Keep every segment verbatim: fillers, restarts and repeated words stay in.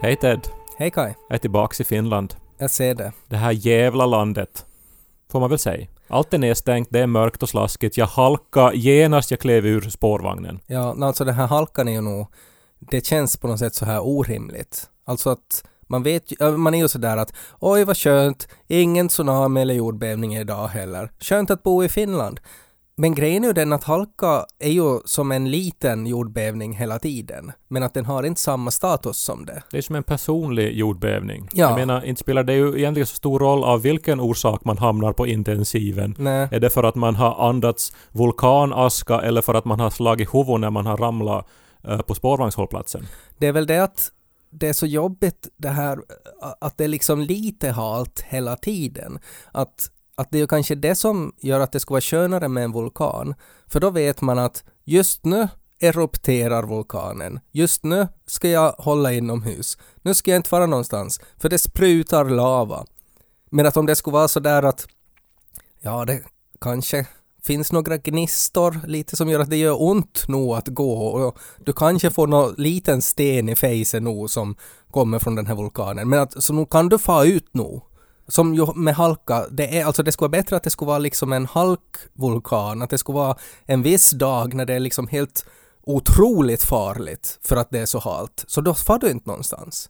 Hej Ted. Hej Kai. Jag är tillbaka i Finland. Jag ser det. Det här jävla landet, får man väl säga. Allt är nedstängt, det är mörkt och slaskigt. Jag halka genast jag klev ur spårvagnen. Ja, alltså den här halkan är ju nog, det känns på något sätt så här orimligt. Alltså att man vet ju, man är ju sådär att oj vad skönt, ingen tsunami eller jordbävning idag heller. Skönt att bo i Finland. Men grejen är ju den att halka är ju som en liten jordbävning hela tiden. Men att den har inte samma status som det. Det är som en personlig jordbävning. Ja. Jag menar, inte spelar det ju egentligen så stor roll av vilken orsak man hamnar på intensiven. Nej. Är det för att man har andats vulkanaska eller för att man har slagit huvudet när man har ramlat uh, på spårvagnshållplatsen? Det är väl det att det är så jobbigt det här att det är liksom lite halt hela tiden. Att Att det är ju kanske det som gör att det ska vara skönare med en vulkan. För då vet man att just nu erupterar vulkanen. Just nu ska jag hålla inomhus. Nu ska jag inte vara någonstans. För det sprutar lava. Men att om det skulle vara så där att ja, det kanske finns några gnistor lite som gör att det gör ont nog att gå. Och du kanske får någon liten sten i fejsen nog som kommer från den här vulkanen. Men att, så nu kan du få ut nog. Som ju med halka, det, är, alltså det skulle vara bättre att det skulle vara liksom en halkvulkan, att det skulle vara en viss dag när det är liksom helt otroligt farligt för att det är så halt. Så då får du inte någonstans.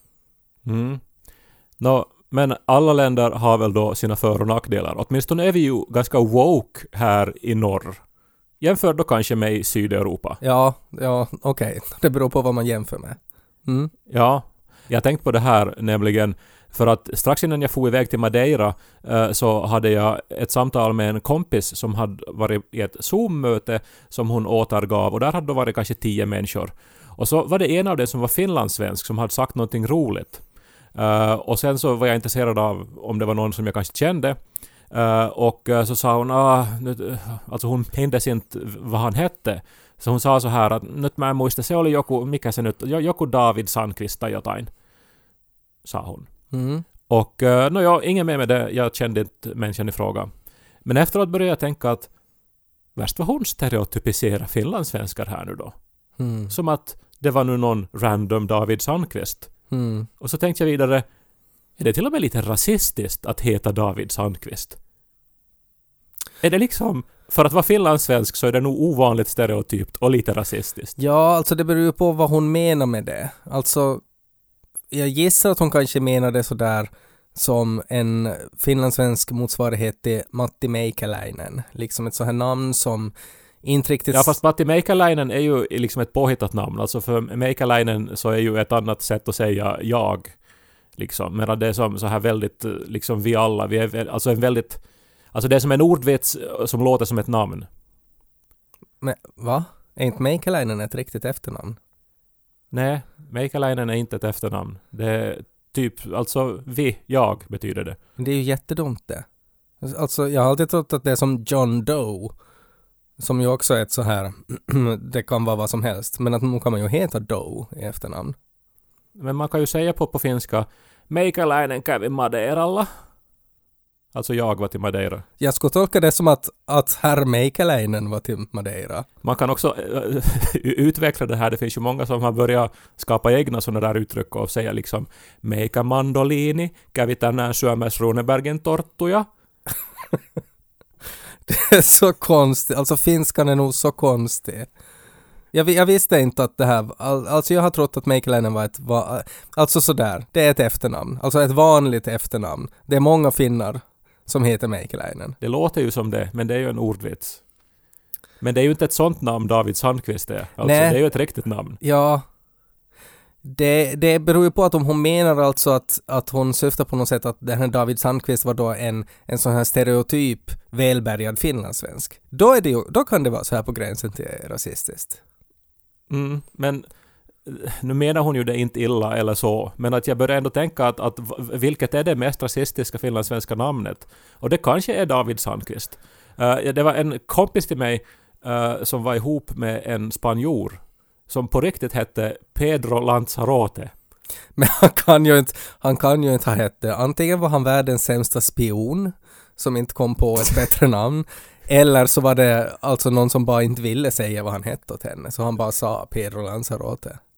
Mm. No, men alla länder har väl då sina för- och nackdelar. Åtminstone är vi ju ganska woke här i norr. Jämför då kanske med i Sydeuropa. Ja, ja okej. Okay. Det beror på vad man jämför med. Mm. Ja, jag tänkte på det här nämligen. För att strax innan jag får iväg till Madeira uh, så hade jag ett samtal med en kompis som hade varit i ett Zoom-möte som hon återgav. Och där hade det varit kanske tio människor. Och så var det en av dem som var finlandssvensk som hade sagt någonting roligt. Uh, och sen så var jag intresserad av om det var någon som jag kanske kände. Uh, och uh, så sa hon, ah, nu, alltså hon mindes inte vad han hette. Så hon sa så här att nyt mä en muista, se oli joku, mikä se nyt, joku David Sandqvist tai jotain, sa hon. Mm. Och uh, no, jag, ingen med med det, jag kände inte människan i fråga. Men efteråt började jag tänka att värst vad hon stereotypiserar finlandssvenskar här nu då. Mm. Som att det var nu någon random David Sandqvist. Mm. Och så tänkte jag vidare, är det till och med lite rasistiskt att heta David Sandqvist? Är det liksom, för att vara finlandssvensk så är det nog ovanligt stereotypt och lite rasistiskt. Ja, alltså det beror ju på vad hon menar med det. Alltså jag gissar att hon kanske menade sådär som en finlandssvensk motsvarighet till Matti Meikäläinen. Liksom ett sånt här namn som inte riktigt... Ja, fast Matti Meikäläinen är ju liksom ett påhittat namn. Alltså för Meikäläinen så är ju ett annat sätt att säga jag. Liksom. Medan det är som så här väldigt, liksom vi alla, vi är alltså en väldigt... Alltså det är som en ordvits som låter som ett namn. Men va? Är inte Meikäläinen ett riktigt efternamn? Nej, Meikäläinen är inte ett efternamn. Det är typ, alltså vi, jag betyder det. Det är ju jättedumt det. Alltså jag har alltid trott att det är som John Doe. Som ju också är ett så här, det kan vara vad som helst. Men att nu kan man ju heta Doe i efternamn. Men man kan ju säga på, på finska, Meikäläinen kävi Madeiralla. Alltså jag var till Madeira. Jag skulle tolka det som att, att herr Meikäläinen var till Madeira. Man kan också äh, utveckla det här. Det finns ju många som har börjat skapa egna sådana där uttryck och säga liksom Meika mandolini, kävi tänään syömässä Runebergin torttuja. Det är så konstigt. Alltså finskan är nog så konstig. Jag, jag visste inte att det här... All, alltså jag har trott att Meikäläinen var ett... Va, alltså sådär. Det är ett efternamn. Alltså ett vanligt efternamn. Det är många finnar som heter Meikäläinen. Det låter ju som det, men det är ju en ordvits. Men det är ju inte ett sånt namn David Sandqvist är. Alltså, det är ju ett riktigt namn. Ja. Det, det beror ju på att om hon menar alltså att, att hon syftar på något sätt att den här David Sandqvist var då en, en sån här stereotyp välbärgad finlandssvensk. Då, är det ju, då kan det vara så här på gränsen till rasistiskt. Mm, men nu menar hon ju det inte illa eller så, men att jag börjar ändå tänka att, att vilket är det mest rasistiska finlandssvenska namnet? Och det kanske är David Sandqvist. Uh, det var en kompis till mig uh, som var ihop med en spanjor som på riktigt hette Pedro Lanzarote. Men han kan ju inte, han kan ju inte ha hett det. Antingen var han världens sämsta spion som inte kom på ett bättre namn. Eller så var det alltså någon som bara inte ville säga vad han hette åt henne. Så han bara sa Pedro Lanzarote.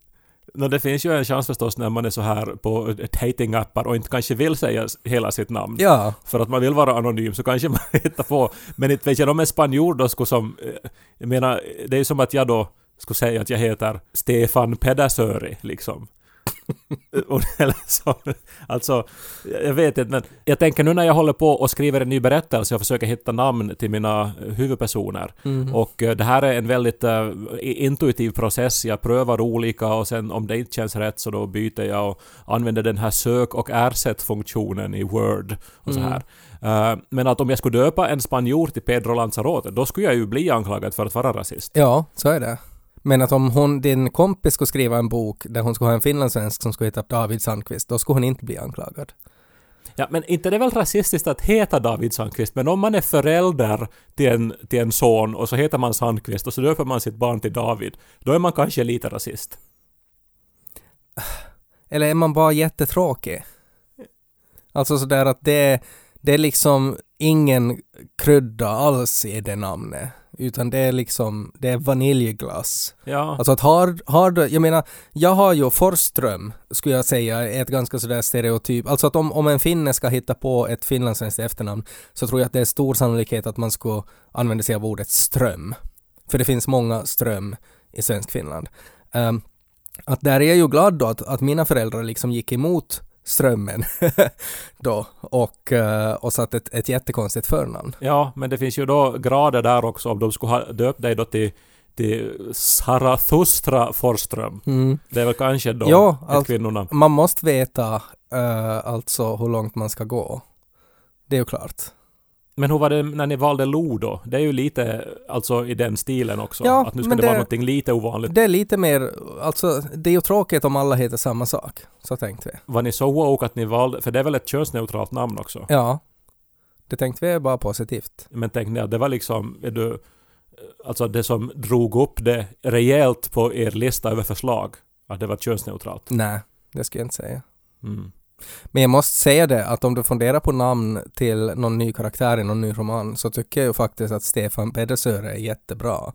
No, det finns ju en chans förstås när man är så här på datingappar och inte kanske vill säga hela sitt namn. Ja. För att man vill vara anonym så kanske man hittar på. Men inte vet jag om en spanjor då skulle som... Jag menar, det är ju som att jag då skulle säga att jag heter Stefan Pedersöri liksom. Eller så, alltså, jag vet inte, men jag tänker nu när jag håller på och skriver en ny berättelse och försöker hitta namn till mina huvudpersoner. Mm. Och uh, det här är en väldigt uh, intuitiv process. Jag prövar olika och sen om det inte känns rätt så då byter jag och använder den här sök- och ersätt-funktionen i Word och så här. Mm. Uh, men att om jag skulle döpa en spanjor till Pedro Lanzarote, då skulle jag ju bli anklagad för att vara rasist. Ja, så är det. Men att om hon, din kompis skulle skriva en bok där hon skulle ha en finlandssvensk som skulle heta David Sandqvist, då skulle hon inte bli anklagad. Ja, men inte det är väl rasistiskt att heta David Sandqvist, men om man är förälder till en, till en son och så heter man Sandqvist och så döper man sitt barn till David, då är man kanske lite rasist. Eller är man bara jättetråkig? Alltså sådär att det, det är liksom ingen krydda alls i det namnet. Utan det är liksom, det är vaniljglass. Ja. Alltså att har, har du, jag menar, jag har ju Forsström, skulle jag säga, är ett ganska sådär stereotyp. Alltså att om, om en finne ska hitta på ett finlandssvenskt efternamn så tror jag att det är stor sannolikhet att man ska använda sig av ordet ström. För det finns många ström i svensk Finland. Um, att där är jag ju glad då att, att mina föräldrar liksom gick emot strömmen då och, uh, och satt ett, ett jättekonstigt förnamn. Ja, men det finns ju då grader där också om de skulle ha döpt dig då till, till Zarathustra Forsström. Mm. Det är väl kanske då ja, ett alltså, kvinnorna. Man måste veta uh, alltså hur långt man ska gå. Det är ju klart. Men hur var det när ni valde Lo då? Det är ju lite alltså i den stilen också. Ja, att nu ska men det, det vara någonting lite ovanligt. Det är lite mer, alltså det är ju tråkigt om alla heter samma sak. Så tänkte vi. Var ni så woke att ni valde, för det är väl ett könsneutralt namn också? Ja, det tänkte vi bara positivt. Men tänkte ni att det var liksom, är du, alltså det som drog upp det rejält på er lista över förslag, att det var könsneutralt? Nej, det ska jag inte säga. Mm. Men jag måste säga det, att om du funderar på namn till någon ny karaktär i någon ny roman så tycker jag ju faktiskt att Stefan Pedersöre är jättebra.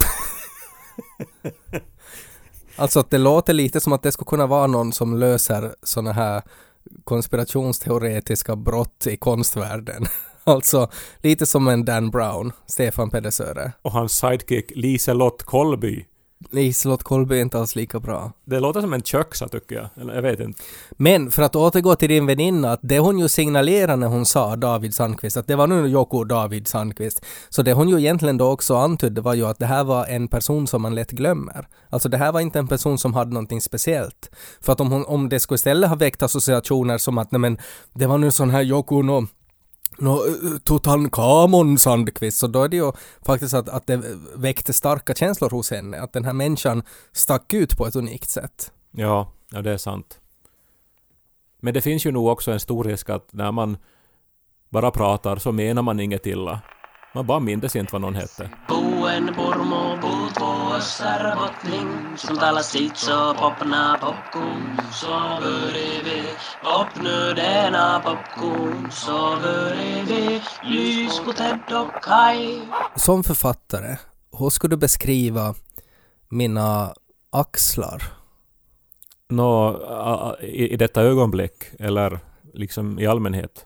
Alltså att det låter lite som att det skulle kunna vara någon som löser såna här konspirationsteoretiska brott i konstvärlden. Alltså lite som en Dan Brown, Stefan Pedersöre. Och hans sidekick Liselott Kolby. Liselott Kolby är inte alls lika bra. Det låter som en köksa tycker jag. Eller jag vet inte. Men för att återgå till din väninna, att det hon ju signalerade när hon sa David Sandqvist, att det var nu Joko David Sandqvist. Så det hon ju egentligen då också antydde var ju att det här var en person som man lätt glömmer. Alltså det här var inte en person som hade någonting speciellt. För att om, hon, om det skulle istället ha väckt associationer som att nej men, det var nu sån här Joko no, no, Tutankhamon Sandqvist, så då är det ju faktiskt att, att det väckte starka känslor hos henne. Att den här människan stack ut på ett unikt sätt. Ja, ja det är sant. Men det finns ju nog också en stor risk att när man bara pratar så menar man inget illa. Man bara minns inte vad någon hette. Buen pormo puutuossa robotling, som talar sitt så popna popcorn, så börjar popnödena popcorn, så börjar vi lys på Ted och Kai. Som författare, hur skulle du beskriva mina axlar? Nå, i, i detta ögonblick eller liksom i allmänhet?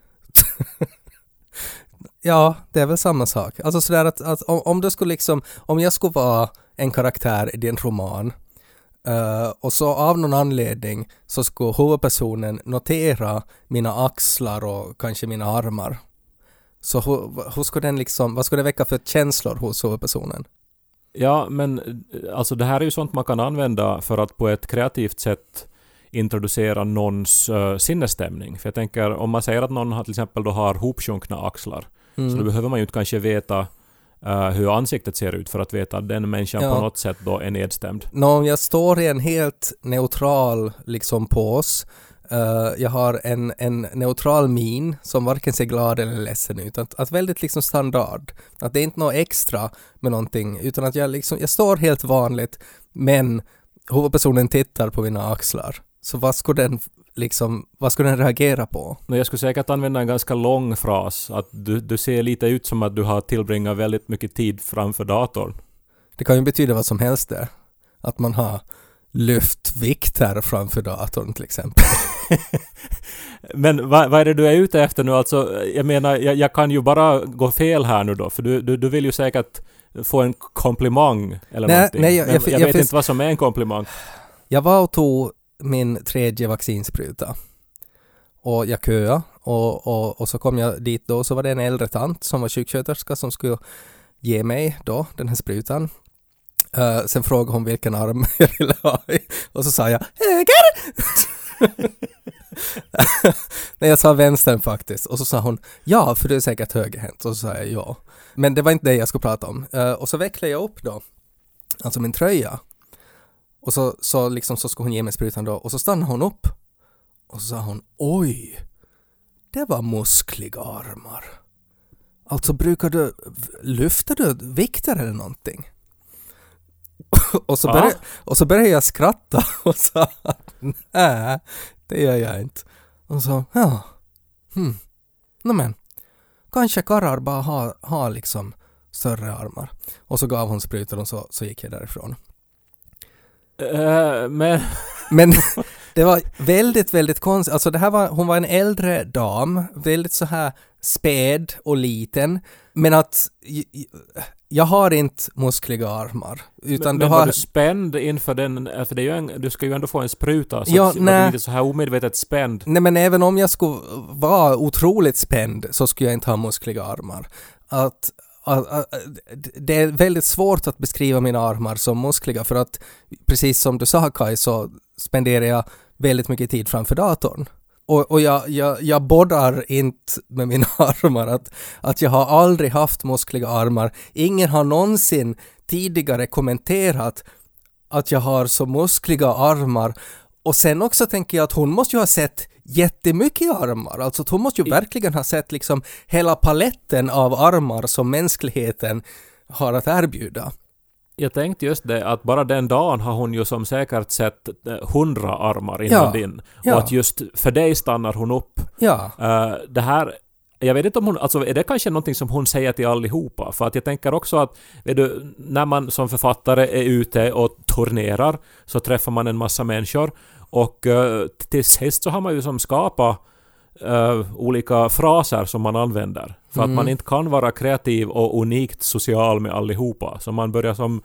Ja, det är väl samma sak. Alltså sådär att, att om, om du skulle liksom, om jag skulle vara en karaktär i din roman uh, och så av någon anledning så skulle huvudpersonen notera mina axlar och kanske mina armar. Så hur, hur skulle den liksom, vad skulle det väcka för känslor hos huvudpersonen? Ja, men alltså det här är ju sånt man kan använda för att på ett kreativt sätt introducera någons uh, sinnesstämning. För jag tänker, om man säger att någon har, till exempel då har hopsjunkna axlar, mm. så då behöver man ju inte kanske veta uh, hur ansiktet ser ut för att veta att den människan ja. på något sätt då är nedstämd. Nå, om jag står i en helt neutral liksom pås, uh, jag har en, en neutral min som varken ser glad eller ledsen ut. Att, att väldigt liksom standard. Att det är inte något extra med någonting, utan att jag liksom, jag står helt vanligt, men huvudpersonen tittar på mina axlar. Så vad skulle den liksom, vad skulle den reagera på? Jag skulle säkert använda en ganska lång fras. Att du, du ser lite ut som att du har tillbringat väldigt mycket tid framför datorn. Det kan ju betyda vad som helst där. Att man har lyftvikter framför datorn till exempel. Men vad, vad är det du är ute efter nu? Alltså, jag menar, jag, jag kan ju bara gå fel här nu då, för du, du, du vill ju säkert få en komplimang eller nej, någonting. Nej, jag, jag, jag, jag jag vet finns, inte vad som är en komplimang. Jag var och tog min tredje vaccinspruta och jag köade och, och, och så kom jag dit då och så var det en äldre tant som var sjuksköterska som skulle ge mig då den här sprutan. Uh, sen frågade hon vilken arm jag ville ha i. Och så sa jag höger! Nej, jag sa vänstern faktiskt. Och så sa hon ja, för det är säkert högerhänt. Och så sa jag ja. Men det var inte det jag skulle prata om. Uh, och så vecklade jag upp då, alltså min tröja. Och så, så, liksom, så skulle hon ge mig sprutan då. Och så stannade hon upp. Och så sa hon oj, det var muskliga armar. Alltså brukar du, lyfter du vikter eller någonting? Och så, började, och så började jag skratta och sa nej, det gör jag inte. Och så, ja, hmm. no, men kanske karrar bara har, har liksom större armar. Och så gav hon sprutan och så, så gick jag därifrån. Uh, men... men det var väldigt, väldigt konstigt. Alltså det här var, hon var en äldre dam, väldigt så här späd och liten. Men att jag har inte muskliga armar. Utan men du men har... var du spänd inför den? För det är ju en, du ska ju ändå få en spruta. Så ja, att, var du inte så här omedvetet spänd? Nej, men även om jag skulle vara otroligt spänd så skulle jag inte ha muskliga armar. Att, att, att, det är väldigt svårt att beskriva mina armar som muskliga. För att precis som du sa Kai så spenderar jag väldigt mycket tid framför datorn. Och, och jag, jag, jag borrar inte med mina armar att, att jag har aldrig haft muskliga armar. Ingen har någonsin tidigare kommenterat att jag har så muskliga armar. Och sen också tänker jag att hon måste ju ha sett jättemycket armar. Alltså hon måste ju verkligen ha sett liksom hela paletten av armar som mänskligheten har att erbjuda. Jag tänkte just det, att bara den dagen har hon ju som säkert sett hundra armar innan ja, din. Ja. Och att just för dig stannar hon upp. Ja. Uh, det här, jag vet inte om hon, alltså är det kanske någonting som hon säger till allihopa? För att jag tänker också att, vet du, när man som författare är ute och turnerar så träffar man en massa människor. Och uh, till sist så har man ju som skapat Uh, olika fraser som man använder. För mm. att man inte kan vara kreativ och unikt social med allihopa. Så man börjar som,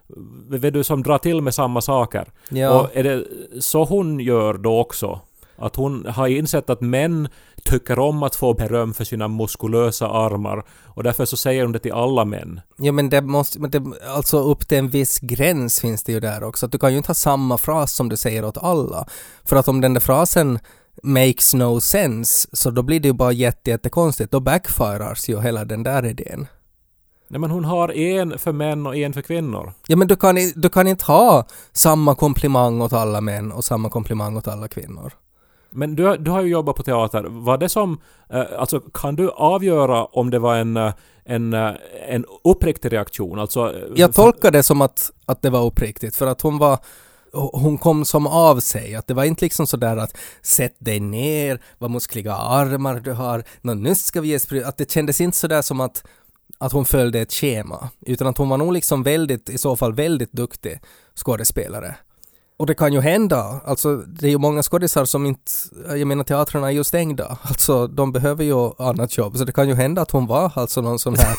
vet du, som dra till med samma saker. Ja. Och är det så hon gör då också? Att hon har insett att män tycker om att få beröm för sina muskulösa armar. Och därför så säger hon det till alla män. Ja, men det måste, men det, alltså upp till en viss gräns finns det ju där också. Att du kan ju inte ha samma fras som du säger åt alla. För att om den där frasen makes no sense, så då blir det ju bara jätte, jättekonstigt. Då backfires ju hela den där idén. Nej, men hon har en för män och en för kvinnor. Ja, men du kan, du kan inte ha samma komplimang åt alla män och samma komplimang åt alla kvinnor. Men du, du har ju jobbat på teater. Var det som, eh, alltså kan du avgöra om det var en, en, en uppriktig reaktion? Alltså, jag tolkar det som att, att det var uppriktigt, för att hon var hon kom som av sig, att det var inte liksom sådär att sätt dig ner, vad muskliga armar du har, nå, nu ska vi ge spruta. Att det kändes inte sådär som att, att hon följde ett schema, utan att hon var nog liksom väldigt, i så fall väldigt duktig skådespelare. Och det kan ju hända, alltså det är ju många skådisar som inte, jag menar teatrarna är ju stängda, alltså de behöver ju annat jobb, så det kan ju hända att hon var alltså någon sån här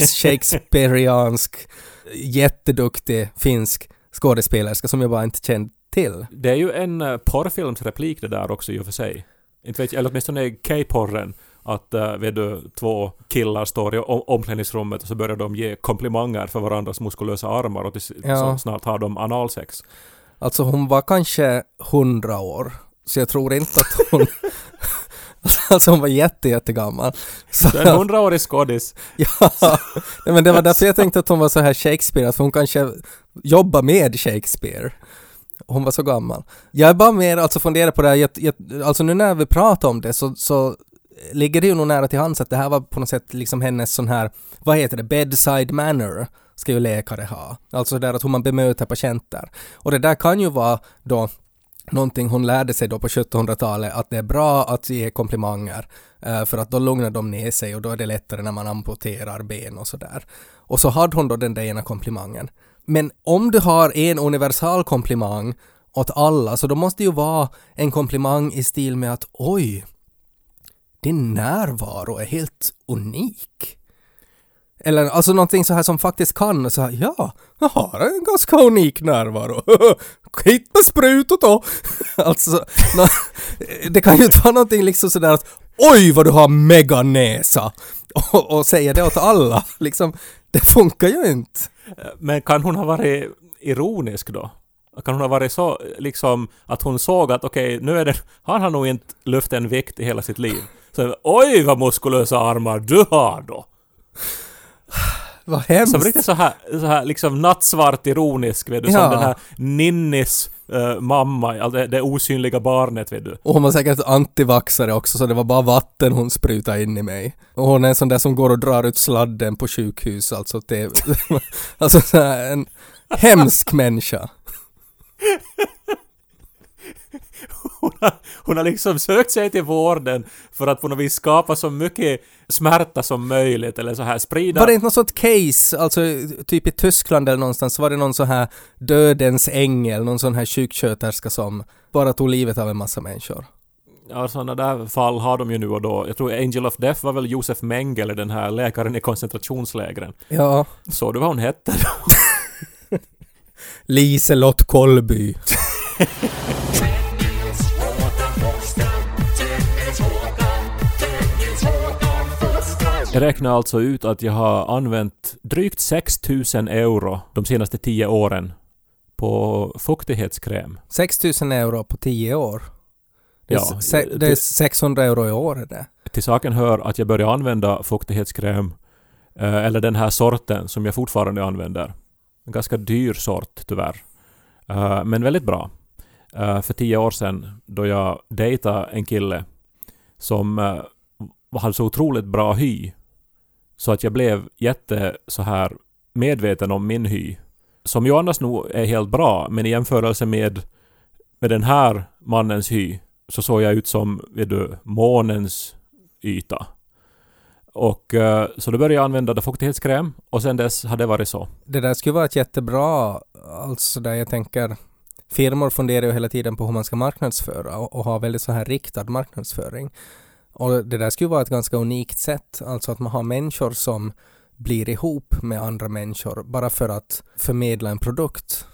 shakespeariansk, jätteduktig finsk skådespelerska som jag bara inte kände till. Det är ju en uh, porrfilmsreplik det där också i och för sig. Inte vet jag, eller åtminstone K-porren, att uh, vet du, två killar står i omklädningsrummet och så börjar de ge komplimanger för varandras muskulösa armar och till, ja. så snart har de analsex. Alltså hon var kanske hundra år, så jag tror inte att hon alltså hon var jätte, jättegammal. Så det är en hundraårig skådis. Ja, men det var därför jag tänkte att hon var så här Shakespeare, att hon kanske jobbar med Shakespeare. Hon var så gammal. Jag är bara mer alltså funderar på det här, jag, jag, alltså nu när vi pratar om det så, så ligger det ju nog nära till hands att det här var på något sätt liksom hennes sån här, vad heter det, bedside manner ska ju läkare ha. Alltså där att hur man bemöter patienter. Och det där kan ju vara då någonting hon lärde sig då på sjuttonhundratalet, att det är bra att ge komplimanger eh, för att då lugnar de ner sig och då är det lättare när man amputerar ben och sådär. Och så hade hon då den där ena komplimangen. Men om du har en universal komplimang åt alla. Så då måste ju vara en komplimang i stil med att oj, din närvaro är helt unik. Eller alltså någonting så här som faktiskt kan så här, ja, jag har en ganska unik närvaro. Hit med sprutot då. Alltså, no, det kan ju inte vara någonting liksom sådär att oj vad du har mega näsa och, och säga det åt alla. Liksom, det funkar ju inte. Men kan hon ha varit ironisk då? Kan hon ha varit så liksom att hon såg att okej, okay, nu är det, han har nog inte lyft en vikt i hela sitt liv. Så oj vad muskulösa armar du har då. Vad hemskt. Som riktigt så här, så här liksom nattsvart ironisk, vet du, ja. Som den här Ninnis uh, mamma, alltså det, det osynliga barnet, vet du. Och hon var säkert antivaxare också, så det var bara vatten hon sprutade in i mig. Och hon är en sån där som går och drar ut sladden på sjukhus, alltså det, alltså så här, en hemsk människa. Hon har, hon har liksom sökt sig till vården för att på något vis skapa så mycket smärta som möjligt eller så här sprida. Var det inte något sånt case, alltså typ i Tyskland eller någonstans, var det någon så här dödens ängel, någon sån här sjuksköterska som bara tog livet av en massa människor? Ja, sådana där fall har de ju nu och då. Jag tror Angel of Death var väl Josef Mengele, den här läkaren i koncentrationslägren. Ja. Så du vad hon hette då? Liselott Kolby. Jag räknar alltså ut att jag har använt drygt sex tusen euro de senaste tio åren på fuktighetskräm. sex tusen euro på tio år? Det är, Ja, se- det är sexhundra euro i år är det. Till saken hör att jag började använda fuktighetskräm eh, eller den här sorten som jag fortfarande använder. En ganska dyr sort tyvärr. Uh, men väldigt bra. Uh, för tio år sedan då jag dejtade en kille som uh, hade så otroligt bra hy. Så att jag blev jätte så här medveten om min hy. Som ju annars nog är helt bra. Men i jämförelse med, med den här mannens hy så såg jag ut som vet du, månens yta. Och uh, så då började jag använda fuktighetskräm och sen dess har det varit så. Det där skulle vara ett jättebra, alltså där jag tänker, firmor funderar ju hela tiden på hur man ska marknadsföra och, och ha väldigt så här riktad marknadsföring. Och det där skulle vara ett ganska unikt sätt, alltså att man har människor som blir ihop med andra människor bara för att förmedla en produkt.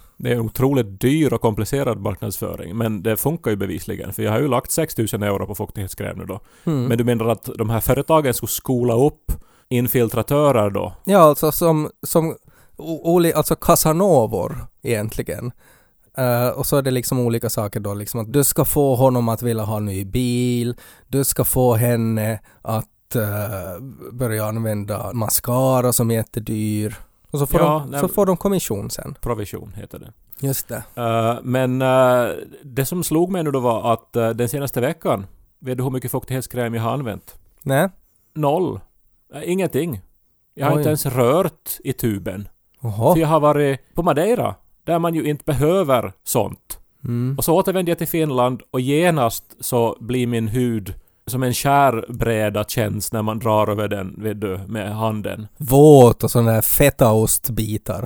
Ja, alltså som, som o- alltså Casanovor egentligen. Uh, och så är det liksom olika saker då, liksom att du ska få honom att vilja ha en ny bil, du ska få henne att uh, börja använda mascara som är jättedyr. Och så får, ja, de, så får de kommission sen. Provision heter det. Just det. Uh, men uh, det som slog mig nu då var att uh, den senaste veckan, vet du hur mycket fuktighetskräm jag har använt? Nej. Noll. Uh, ingenting. Jag har Oj. inte ens rört i tuben. Oho. För jag har varit på Madeira, där man ju inte behöver sånt. Mm. Och så återvände jag till Finland och genast så blir min hud som en skärbräda känns när man drar över den, vet du, med handen. Våt och sådana här fetaostbitar.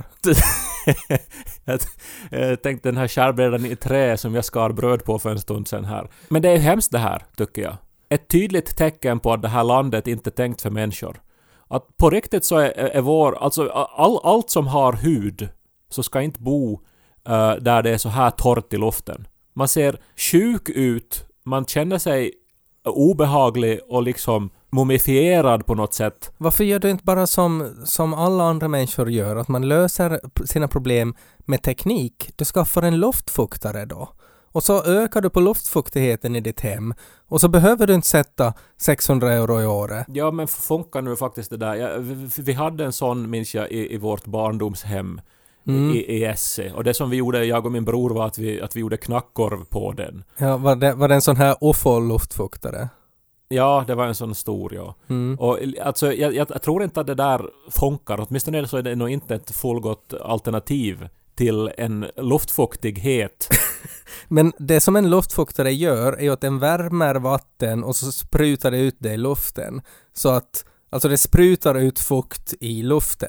jag, jag tänkte den här skärbrädan i trä som jag skar bröd på för en stund sedan här. Men det är hemskt det här, tycker jag. Ett tydligt tecken på att det här landet inte är tänkt för människor. Att på riktigt så är, är vår, alltså all, allt som har hud så ska inte bo uh, där det är så här torrt i luften. Man ser sjuk ut, man känner sig obehaglig och liksom mumifierad på något sätt. Varför gör du inte bara som, som alla andra människor gör? Att man löser sina problem med teknik. Du skaffar en luftfuktare då. Och så ökar du på luftfuktigheten i ditt hem. Och så behöver du inte sätta sexhundra euro i året. Ja, men funkar nu faktiskt det där. Ja, vi, vi hade en sån, minns jag, i, i vårt barndomshem. Mm. I, i Esse. Och det som vi gjorde, jag och min bror, var att vi, att vi gjorde knackkorv på den. Ja, var det, var det en sån här O F O-luftfuktare? Ja, det var en sån stor, ja. Mm. Och alltså, jag, jag tror inte att det där funkar. Åtminstone så är det nog inte ett fullgott alternativ till en luftfuktighet. Men det som en luftfuktare gör är ju att den värmer vatten och så sprutar det ut det i luften. Så att, alltså det sprutar ut fukt i luften.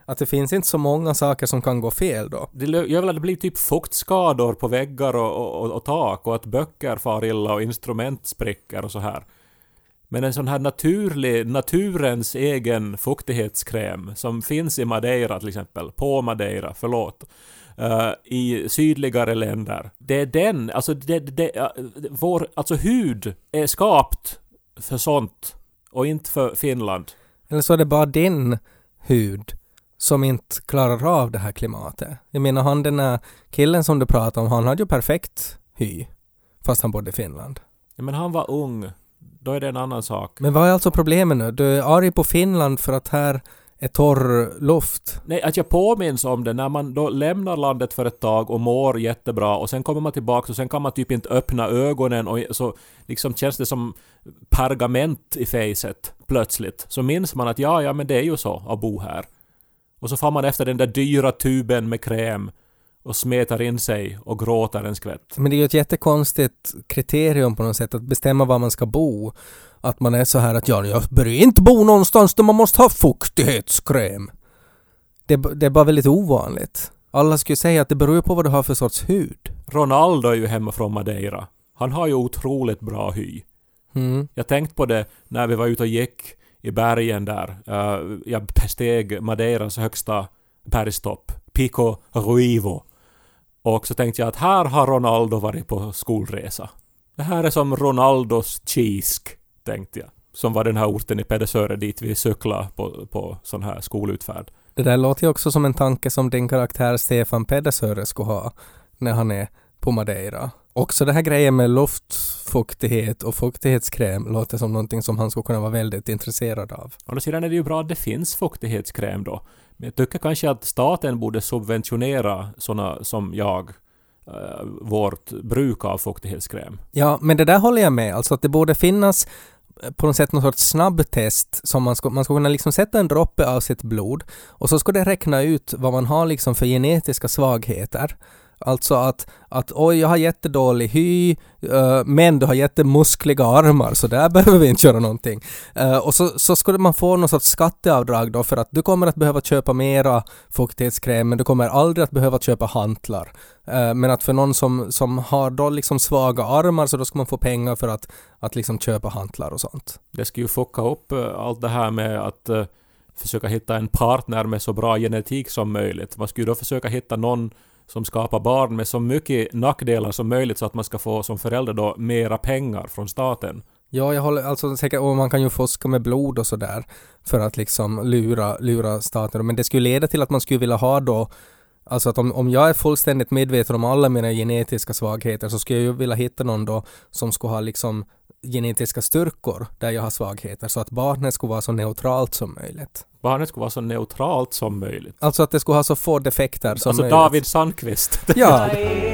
Att det finns inte så många saker som kan gå fel då. Det gör väl att det blir typ fuktskador på väggar och, och, och tak och att böcker far illa och instrument spricker och så här. Men en sån här naturlig, naturens egen fuktighetskräm som finns i Madeira till exempel, på Madeira, förlåt, uh, i sydligare länder. Det är den, alltså, det, det, uh, vår alltså hud är skapt för sånt och inte för Finland. Eller så är det bara din hud som inte klarar av det här klimatet. Jag menar, han den här killen som du pratar om, han hade ju perfekt hy fast han bodde i Finland. Ja, men han var ung. Då är det en annan sak. Men vad är alltså problemet nu? Du är arg på Finland för att här är torr luft. Nej, att jag påminns om det när man då lämnar landet för ett tag och mår jättebra och sen kommer man tillbaka och sen kan man typ inte öppna ögonen och så liksom känns det som pergament i facet plötsligt. Så minns man att ja, ja men det är ju så att bo här. Och så får man efter den där dyra tuben med kräm och smetar in sig och gråter en skvätt. Men det är ju ett jättekonstigt kriterium på något sätt att bestämma var man ska bo. Att man är så här att ja, jag bör inte bo någonstans där man måste ha fuktighetskräm. Det, det är bara väldigt ovanligt. Alla skulle säga att det beror på vad du har för sorts hud. Ronaldo är ju hemma från Madeira. Han har ju otroligt bra hy. Mm. Jag tänkte på det när vi var ute och gick i bergen där. Uh, jag besteg Madeiras högsta bergstopp, Pico Ruivo. Och så tänkte jag att här har Ronaldo varit på skolresa. Det här är som Ronaldos Kisk, tänkte jag. Som var den här orten i Pedersöre dit vi cyklade på, på sån här skolutfärd. Det där låter ju också som en tanke som din karaktär Stefan Pedersöre skulle ha när han är på Madeira. Också det här grejen med luftfuktighet och fuktighetskräm låter som någonting som han skulle kunna vara väldigt intresserad av. Och då sedan är det ju bra att det finns fuktighetskräm då. Men jag tycker kanske att staten borde subventionera såna som jag, äh, vårt bruk av fuktighetskräm. Ja, men det där håller jag med. Alltså att det borde finnas på något sätt någon sorts snabbtest som man ska, man ska kunna liksom sätta en droppe av sitt blod och så ska det räkna ut vad man har liksom för genetiska svagheter. Alltså att, att oj, jag har jättedålig hy, uh, men du har jättemuskliga armar, så där behöver vi inte göra någonting. Uh, och så, så skulle man få någon sorts skatteavdrag då, för att du kommer att behöva köpa mera fuktighetskräm, men du kommer aldrig att behöva köpa hantlar. Uh, men att för någon som, som har då liksom svaga armar, så då ska man få pengar för att, att liksom köpa hantlar och sånt. Det ska ju fucka upp uh, allt det här med att uh, försöka hitta en partner med så bra genetik som möjligt. Man skulle då försöka hitta någon som skapar barn med så mycket nackdelar som möjligt så att man ska få som förälder då mera pengar från staten. Ja, jag håller alltså säkert, och man kan ju fuska med blod och sådär för att liksom lura, lura staten. Men det skulle leda till att man skulle vilja ha då, alltså att om, om jag är fullständigt medveten om alla mina genetiska svagheter, så skulle jag ju vilja hitta någon då som skulle ha liksom genetiska styrkor där jag har svagheter, så att barnet skulle vara så neutralt som möjligt. Barnet skulle vara så neutralt som möjligt. Alltså att det skulle ha så få defekter som alltså möjligt. Alltså David Sandqvist. Ja.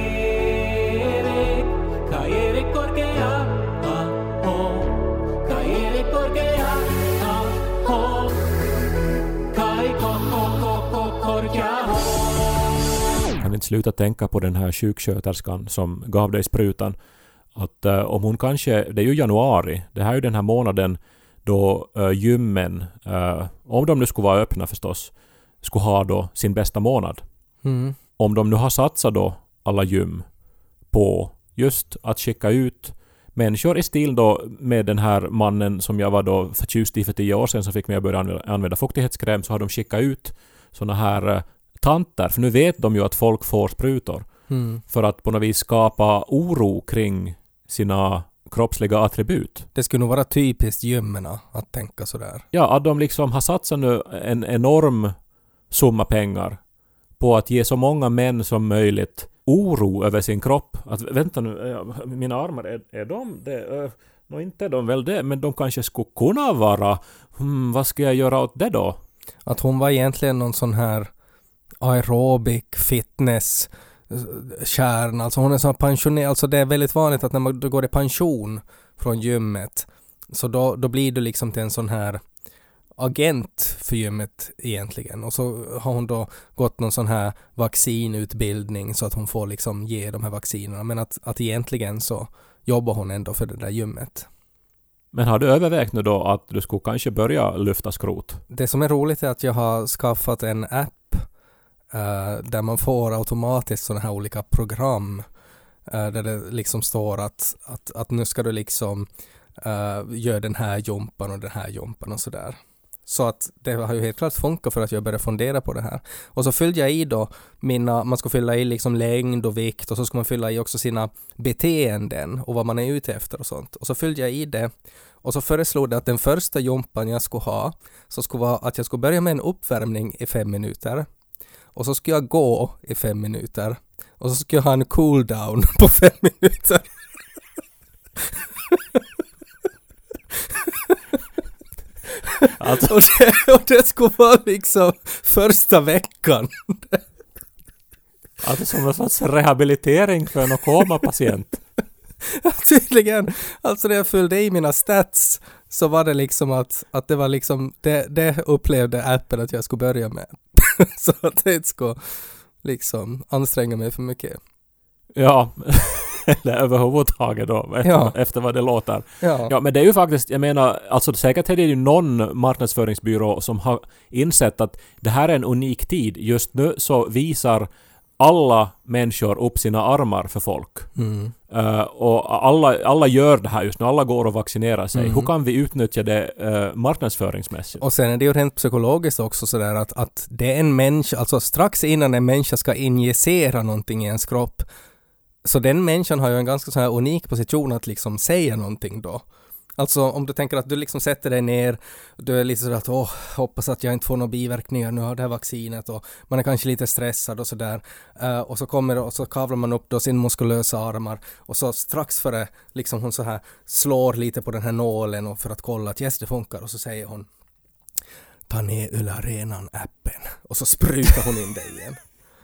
Jag kan inte sluta tänka på den här sjuksköterskan som gav dig sprutan. Att uh, om hon kanske, det är ju januari, det här är ju den här månaden då uh, gymmen, uh, om de nu skulle vara öppna förstås, skulle ha då sin bästa månad. Mm. Om de nu har satsat då alla gym på just att skicka ut människor i stil då med den här mannen som jag var då förtjust i för tio år sedan, som fick mig att börja använda, använda fuktighetskräm, så har de skickat ut såna här uh, tanter, för nu vet de ju att folk får sprutor. Mm. För att på något vis skapa oro kring sina kroppsliga attribut. Det skulle nog vara typiskt gymmerna att tänka sådär. Ja, att de liksom har satsat nu en enorm summa pengar på att ge så många män som möjligt oro över sin kropp. Att vänta nu, mina armar, är, är de det? Nå, inte är de väl det, men de kanske skulle kunna vara. Hmm, vad ska jag göra åt det då? Att hon var egentligen någon sån här aerobic fitness kärn, alltså hon är så pensionerad, alltså det är väldigt vanligt att när man går i pension från gymmet, så då, då blir du liksom till en sån här agent för gymmet egentligen, och så har hon då gått någon sån här vaccinutbildning så att hon får liksom ge de här vaccinerna, men att, att egentligen så jobbar hon ändå för det där gymmet. Men har du övervägt nu då att du skulle kanske börja lyfta skrot? Det som är roligt är att jag har skaffat en app uh, där man får automatiskt sådana här olika program uh, där det liksom står att, att, att nu ska du liksom uh, göra den här jumpan och den här jumpan och sådär. Så att det har ju helt klart funkat för att jag började fundera på det här. Och så fyllde jag i då mina, man ska fylla i liksom längd och vikt och så ska man fylla i också sina beteenden och vad man är ute efter och sånt. Och så fyllde jag i det och så föreslog det att den första jumpan jag skulle ha så skulle vara att jag skulle börja med en uppvärmning i fem minuter. Och så skulle jag gå i fem minuter. Och så skulle jag ha en cool down på fem minuter. Alltså. och, det, och det skulle vara liksom första veckan. Alltså som en slags rehabilitering för en koma-patient. Ja, tydligen. Alltså när jag fyllde i mina stats så var det liksom att, att det var liksom det, det upplevde appen att jag skulle börja med. Så att det inte skulle liksom anstränga mig för mycket. Ja, eller överhuvudtaget då, efter, ja. efter vad det låter. Ja. ja, men det är ju faktiskt, jag menar, alltså säkert är det ju någon marknadsföringsbyrå som har insett att det här är en unik tid. Just nu så visar alla människor upp sina armar för folk. Mm. Uh, och alla, alla gör det här just nu. Alla går och vaccinerar sig. Mm. Hur kan vi utnyttja det uh, marknadsföringsmässigt? Och sen är det ju rent psykologiskt också sådär att, att det är en människa, alltså strax innan en människa ska injicera någonting i ens kropp, så den människan har ju en ganska så här unik position att liksom säga någonting då. Alltså om du tänker att du liksom sätter dig ner, du är lite sådär att åh, hoppas att jag inte får några biverkningar nu av det här vaccinet och man är kanske lite stressad och sådär. Uh, och så kommer och så kavlar man upp då sin muskulösa armar och så strax före liksom hon så här slår lite på den här nålen och för att kolla att yes, det funkar och så säger hon ta ner Ularenan-appen och så sprutar hon in det igen.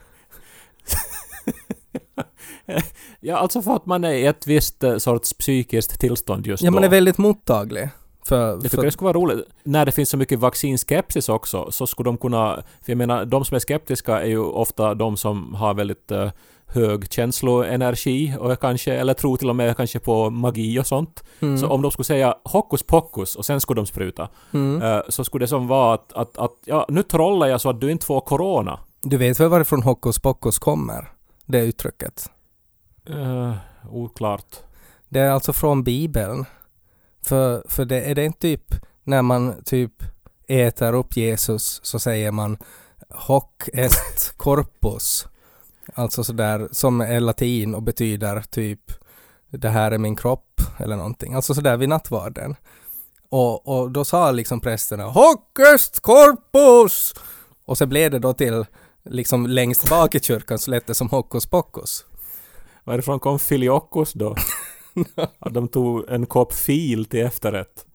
Ja, alltså för att man är i ett visst uh, sorts psykiskt tillstånd just ja, då. Ja, man är väldigt mottaglig. För, jag tycker för... det skulle vara roligt. När det finns så mycket vaccinskepsis också så skulle de kunna... För jag menar, de som är skeptiska är ju ofta de som har väldigt uh, hög känsloenergi och kanske, eller tror till och med kanske på magi och sånt. Mm. Så om de skulle säga hokus pokus och sen skulle de spruta mm. uh, så skulle det som vara att, att, att ja, nu trollar jag så att du inte får corona. Du vet väl varifrån hokus pokus kommer? Det uttrycket. Uh, oklart. Det är alltså från Bibeln. För, för det är det inte typ när man typ äter upp Jesus så säger man hoc est corpus. Alltså sådär som är latin och betyder typ det här är min kropp eller någonting. Alltså sådär vid nattvarden. Och, och då sa liksom prästerna hoc est corpus! Och så blev det då till liksom längst bak i kyrkan så lät det som hokus pokus. Varifrån kom filiokus då? Att de tog en kopp fil till efterrätt.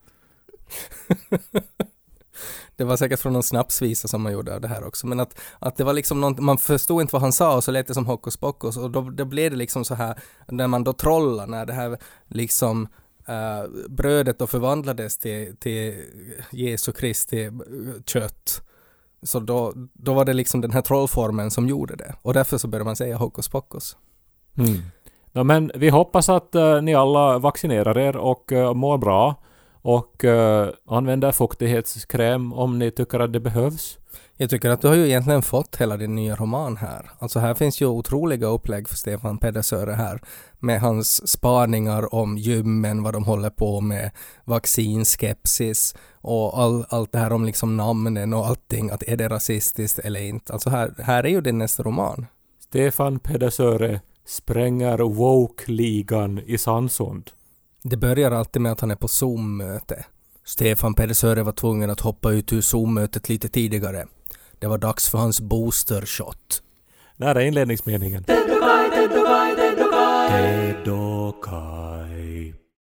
Det var säkert från någon snapsvisa som man gjorde av det här också. Men att, att det var liksom någon, man förstod inte vad han sa och så lät det som hokus pokus. Och då, då blev det liksom så här, när man då trollar, när det här liksom uh, brödet då förvandlades till, till Jesu Kristi kött. Så då, då var det liksom den här trollformen som gjorde det. Och därför så började man säga hokus pokus. Mm. Ja, men vi hoppas att uh, ni alla vaccinerar er och uh, mår bra och uh, använder fuktighetskräm om ni tycker att det behövs. Jag tycker att du har ju egentligen fått hela din nya roman här. Alltså här finns ju otroliga upplägg för Stefan Pedersöre här med hans spaningar om gymmen, vad de håller på med, vaccinskepsis och all, allt det här om liksom namnen och allting, att är det rasistiskt eller inte. Alltså här, här är ju din nästa roman. Stefan Pedersöre spränger woke-ligan i Sandsund. Det börjar alltid med att han är på Zoom-möte. Stefan Pedersöre var tvungen att hoppa ut ur Zoom-mötet lite tidigare. Det var dags för hans booster-shot. Nära inledningsmeningen. Teddokaj, teddokaj, teddokaj. Teddokaj.